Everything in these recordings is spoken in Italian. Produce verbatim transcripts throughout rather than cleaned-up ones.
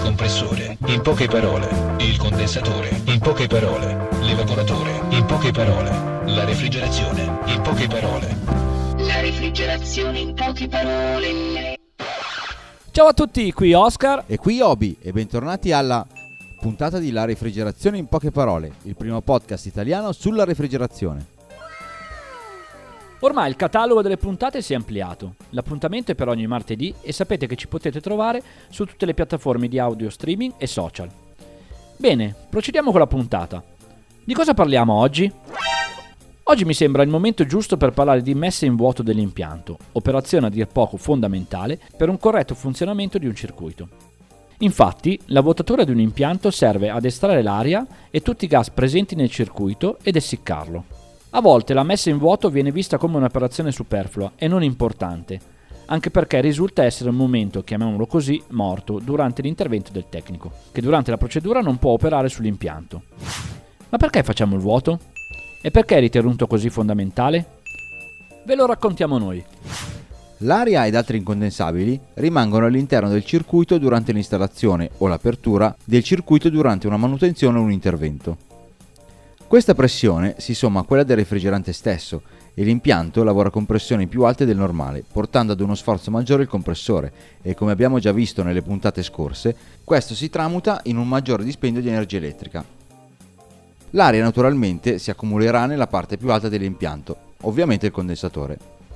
compressore, in poche parole, il condensatore, in poche parole, l'evaporatore, in poche parole, la refrigerazione, in poche parole. La refrigerazione in poche parole. Ciao a tutti, qui Oscar e qui Obi e bentornati alla puntata di La refrigerazione in poche parole, il primo podcast italiano sulla refrigerazione. Ormai il catalogo delle puntate si è ampliato, l'appuntamento è per ogni martedì e sapete che ci potete trovare su tutte le piattaforme di audio streaming e social. Bene, procediamo con la puntata. Di cosa parliamo oggi? Oggi mi sembra il momento giusto per parlare di messa in vuoto dell'impianto, operazione a dir poco fondamentale per un corretto funzionamento di un circuito. Infatti, la vuotatura di un impianto serve ad estrarre l'aria e tutti i gas presenti nel circuito ed essiccarlo. A volte la messa in vuoto viene vista come un'operazione superflua e non importante, anche perché risulta essere un momento, chiamiamolo così, morto durante l'intervento del tecnico, che durante la procedura non può operare sull'impianto. Ma perché facciamo il vuoto? E perché è ritenuto così fondamentale? Ve lo raccontiamo noi. L'aria ed altri incondensabili rimangono all'interno del circuito durante l'installazione o l'apertura del circuito durante una manutenzione o un intervento. Questa pressione si somma a quella del refrigerante stesso e l'impianto lavora con pressioni più alte del normale, portando ad uno sforzo maggiore il compressore e, come abbiamo già visto nelle puntate scorse, questo si tramuta in un maggiore dispendio di energia elettrica. L'aria naturalmente si accumulerà nella parte più alta dell'impianto, ovviamente il condensatore.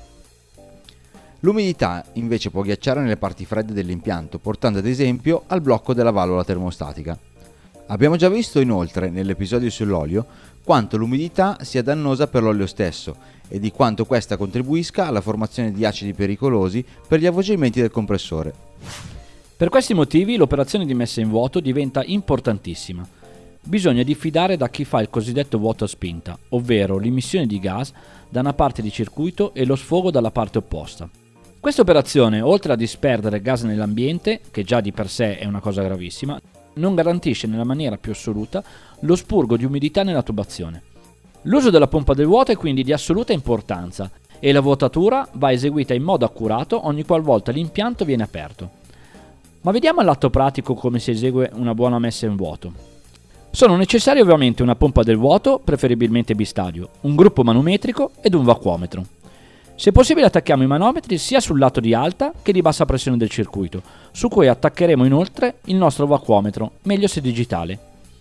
L'umidità invece può ghiacciare nelle parti fredde dell'impianto, portando ad esempio al blocco della valvola termostatica. Abbiamo già visto inoltre nell'episodio sull'olio quanto l'umidità sia dannosa per l'olio stesso e di quanto questa contribuisca alla formazione di acidi pericolosi per gli avvolgimenti del compressore. Per questi motivi l'operazione di messa in vuoto diventa importantissima. Bisogna diffidare da chi fa il cosiddetto vuoto a spinta, ovvero l'emissione di gas da una parte di circuito e lo sfogo dalla parte opposta. Questa operazione, oltre a disperdere gas nell'ambiente, che già di per sé è una cosa gravissima, non garantisce nella maniera più assoluta lo spurgo di umidità nella tubazione. L'uso della pompa del vuoto è quindi di assoluta importanza e la vuotatura va eseguita in modo accurato ogni qualvolta l'impianto viene aperto. Ma vediamo all'atto pratico come si esegue una buona messa in vuoto. Sono necessari ovviamente una pompa del vuoto, preferibilmente bistadio, un gruppo manometrico ed un vacuometro. Se possibile attacchiamo i manometri sia sul lato di alta che di bassa pressione del circuito, su cui attaccheremo inoltre il nostro vacuometro, meglio se digitale.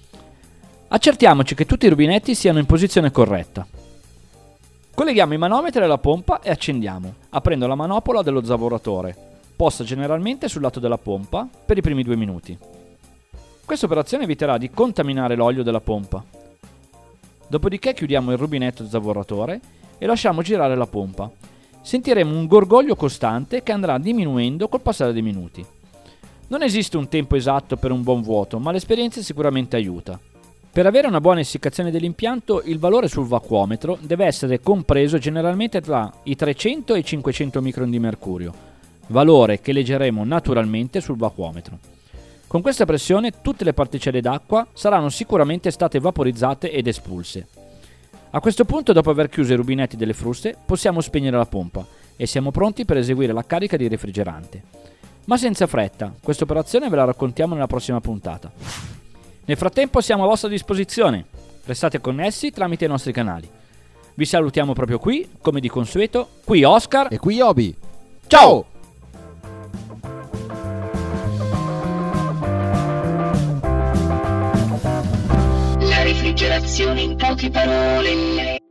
Accertiamoci che tutti i rubinetti siano in posizione corretta. Colleghiamo i manometri alla pompa e accendiamo, aprendo la manopola dello zavoratore, posta generalmente sul lato della pompa per i primi due minuti. Questa operazione eviterà di contaminare l'olio della pompa. Dopodiché chiudiamo il rubinetto zavoratore e lasciamo girare la pompa. Sentiremo un gorgoglio costante che andrà diminuendo col passare dei minuti. Non esiste un tempo esatto per un buon vuoto, ma l'esperienza sicuramente aiuta. Per avere una buona essiccazione dell'impianto, il valore sul vacuometro deve essere compreso generalmente tra i trecento e i cinquecento micron di mercurio, valore che leggeremo naturalmente sul vacuometro. Con questa pressione tutte le particelle d'acqua saranno sicuramente state vaporizzate ed espulse. A questo punto, dopo aver chiuso i rubinetti delle fruste, possiamo spegnere la pompa e siamo pronti per eseguire la carica di refrigerante. Ma senza fretta, questa operazione ve la raccontiamo nella prossima puntata. Nel frattempo siamo a vostra disposizione, restate connessi tramite i nostri canali. Vi salutiamo proprio qui, come di consueto, qui Oscar e qui Obi. Ciao! La refrigerazione in poche parole.